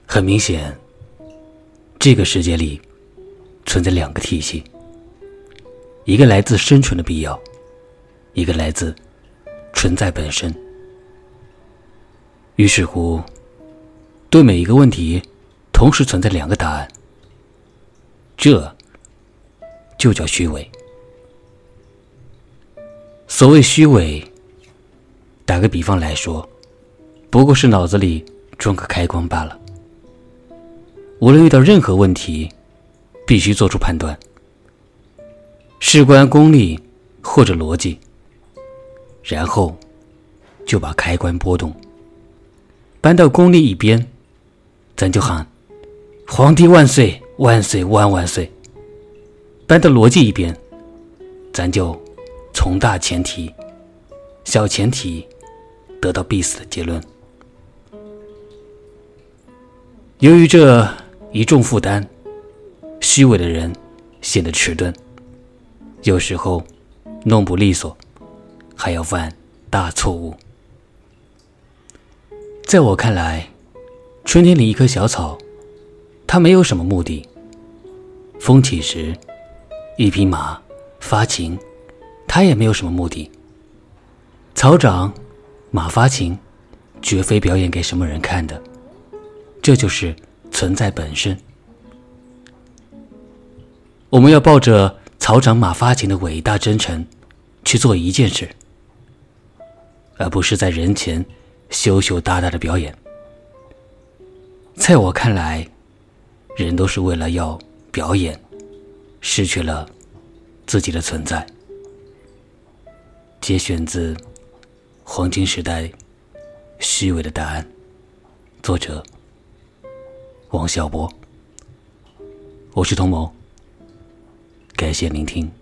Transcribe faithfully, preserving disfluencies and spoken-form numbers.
很明显，这个世界里存在两个体系，一个来自生存的必要，一个来自存在本身。于是乎，对每一个问题同时存在两个答案，这就叫虚伪。所谓虚伪，打个比方来说，不过是脑子里装个开关罢了。无论遇到任何问题，必须做出判断，事关功利或者逻辑，然后就把开关拨动，搬到功利一边，咱就喊皇帝万岁万岁万万岁；搬到逻辑一边，咱就从大前提小前提得到必死的结论。由于这一重负担，虚伪的人显得迟钝，有时候弄不利索，还要犯大错误。在我看来，春天里一棵小草，它没有什么目的。风起时，一匹马发情，它也没有什么目的。草长，马发情，绝非表演给什么人看的，这就是存在本身。我们要抱着草长马发情的伟大真诚去做一件事，而不是在人前羞羞答答的表演。在我看来，人都是为了要表演，失去了自己的存在。节选自《黄金时代虚伪的答案》，作者王小波。我是童谋，感谢聆听。